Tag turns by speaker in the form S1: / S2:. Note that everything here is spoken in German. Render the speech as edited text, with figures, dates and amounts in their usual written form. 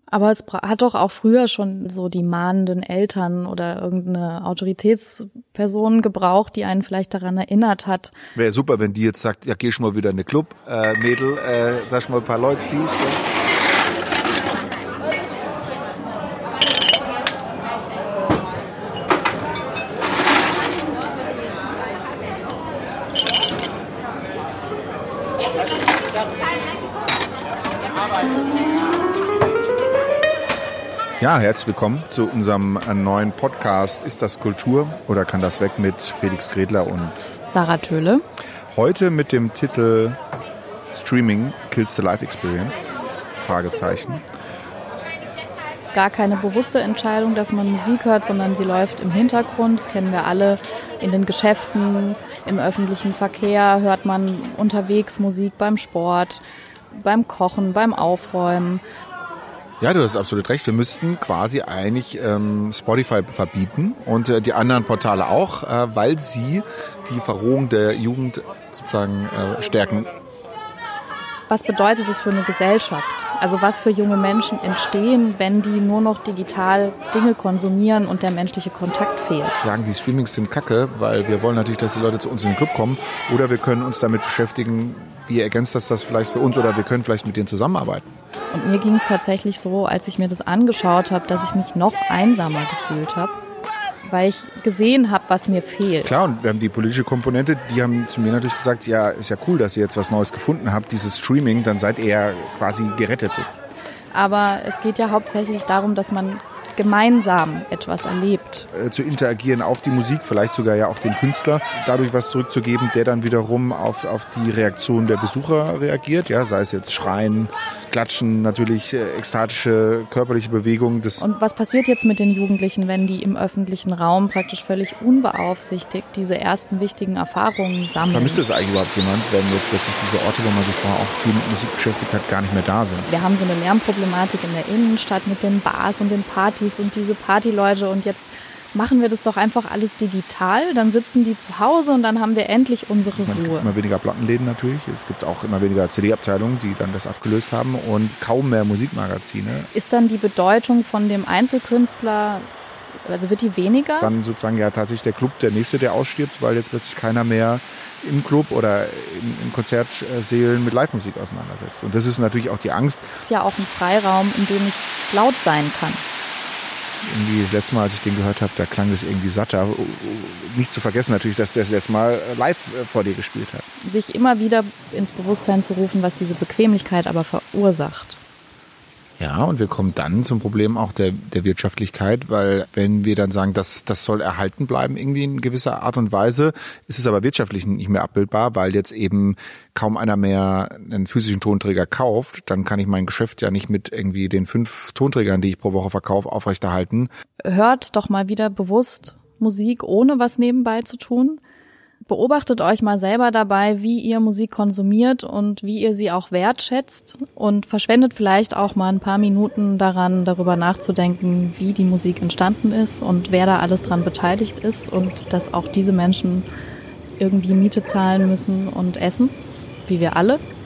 S1: Aber es hat doch auch früher schon so die mahnenden Eltern oder irgendeine Autoritätsperson gebraucht, die einen vielleicht daran erinnert hat.
S2: Wäre super, wenn die jetzt sagt, ja, geh schon mal wieder in den Club, Mädel, sag schon mal ein paar Leute ziehst. Ja, herzlich willkommen zu unserem neuen Podcast Ist das Kultur oder kann das weg mit Felix Gredler und
S1: Sarah Töhle.
S2: Heute mit dem Titel Streaming Kills the Life Experience? Fragezeichen.
S1: Gar keine bewusste Entscheidung, dass man Musik hört, sondern sie läuft im Hintergrund. Das kennen wir alle in den Geschäften, im öffentlichen Verkehr hört man unterwegs Musik beim Sport, beim Kochen, beim Aufräumen.
S2: Ja, du hast absolut recht. Wir müssten quasi eigentlich Spotify verbieten und die anderen Portale auch, weil sie die Verrohung der Jugend sozusagen stärken.
S1: Was bedeutet das für eine Gesellschaft? Also was für junge Menschen entstehen, wenn die nur noch digital Dinge konsumieren und der menschliche Kontakt fehlt?
S2: Sagen, die Streamings sind kacke, weil wir wollen natürlich, dass die Leute zu uns in den Club kommen. Oder wir können uns damit beschäftigen, wie ergänzt das vielleicht für uns, oder wir können vielleicht mit denen zusammenarbeiten.
S1: Und mir ging es tatsächlich so, als ich mir das angeschaut habe, dass ich mich noch einsamer gefühlt habe, weil ich gesehen habe, was mir fehlt.
S2: Klar, und wir haben die politische Komponente, die haben zu mir natürlich gesagt, ja, ist ja cool, dass ihr jetzt was Neues gefunden habt, dieses Streaming, dann seid ihr ja quasi gerettet.
S1: Aber es geht ja hauptsächlich darum, dass man gemeinsam etwas erlebt.
S2: Zu interagieren auf die Musik, vielleicht sogar ja auch den Künstler, dadurch was zurückzugeben, der dann wiederum auf die Reaktion der Besucher reagiert, ja, sei es jetzt Schreien, Klatschen, natürlich ekstatische körperliche Bewegungen.
S1: Und was passiert jetzt mit den Jugendlichen, wenn die im öffentlichen Raum praktisch völlig unbeaufsichtigt diese ersten wichtigen Erfahrungen sammeln?
S2: Vermisst das eigentlich überhaupt jemand, wenn jetzt plötzlich diese Orte, wo man sich vorher auch viel mit Musik beschäftigt hat, gar nicht mehr da sind?
S1: Wir haben so eine Lärmproblematik in der Innenstadt mit den Bars und den Partys und diese Partyleute, und jetzt machen wir das doch einfach alles digital, dann sitzen die zu Hause und dann haben wir endlich unsere Ruhe.
S2: Es gibt immer weniger Plattenläden natürlich, es gibt auch immer weniger CD-Abteilungen, die dann das abgelöst haben, und kaum mehr Musikmagazine.
S1: Ist dann die Bedeutung von dem Einzelkünstler, also wird die weniger?
S2: Dann sozusagen ja tatsächlich der Club der nächste, der ausstirbt, weil jetzt plötzlich keiner mehr im Club oder in Konzertsälen mit Live-Musik auseinandersetzt. Und das ist natürlich auch die Angst.
S1: Das ist ja auch ein Freiraum, in dem ich laut sein kann.
S2: Irgendwie das letzte Mal, als ich den gehört habe, da klang das irgendwie satter. Nicht zu vergessen natürlich, dass der das letzte Mal live vor dir gespielt hat.
S1: Sich immer wieder ins Bewusstsein zu rufen, was diese Bequemlichkeit aber verursacht.
S2: Ja, und wir kommen dann zum Problem auch der Wirtschaftlichkeit, weil wenn wir dann sagen, das soll erhalten bleiben irgendwie in gewisser Art und Weise, ist es aber wirtschaftlich nicht mehr abbildbar, weil jetzt eben kaum einer mehr einen physischen Tonträger kauft. Dann kann ich mein Geschäft ja nicht mit irgendwie den 5 Tonträgern, die ich pro Woche verkaufe, aufrechterhalten.
S1: Hört doch mal wieder bewusst Musik, ohne was nebenbei zu tun. Beobachtet euch mal selber dabei, wie ihr Musik konsumiert und wie ihr sie auch wertschätzt, und verschwendet vielleicht auch mal ein paar Minuten daran, darüber nachzudenken, wie die Musik entstanden ist und wer da alles dran beteiligt ist, und dass auch diese Menschen irgendwie Miete zahlen müssen und essen, wie wir alle.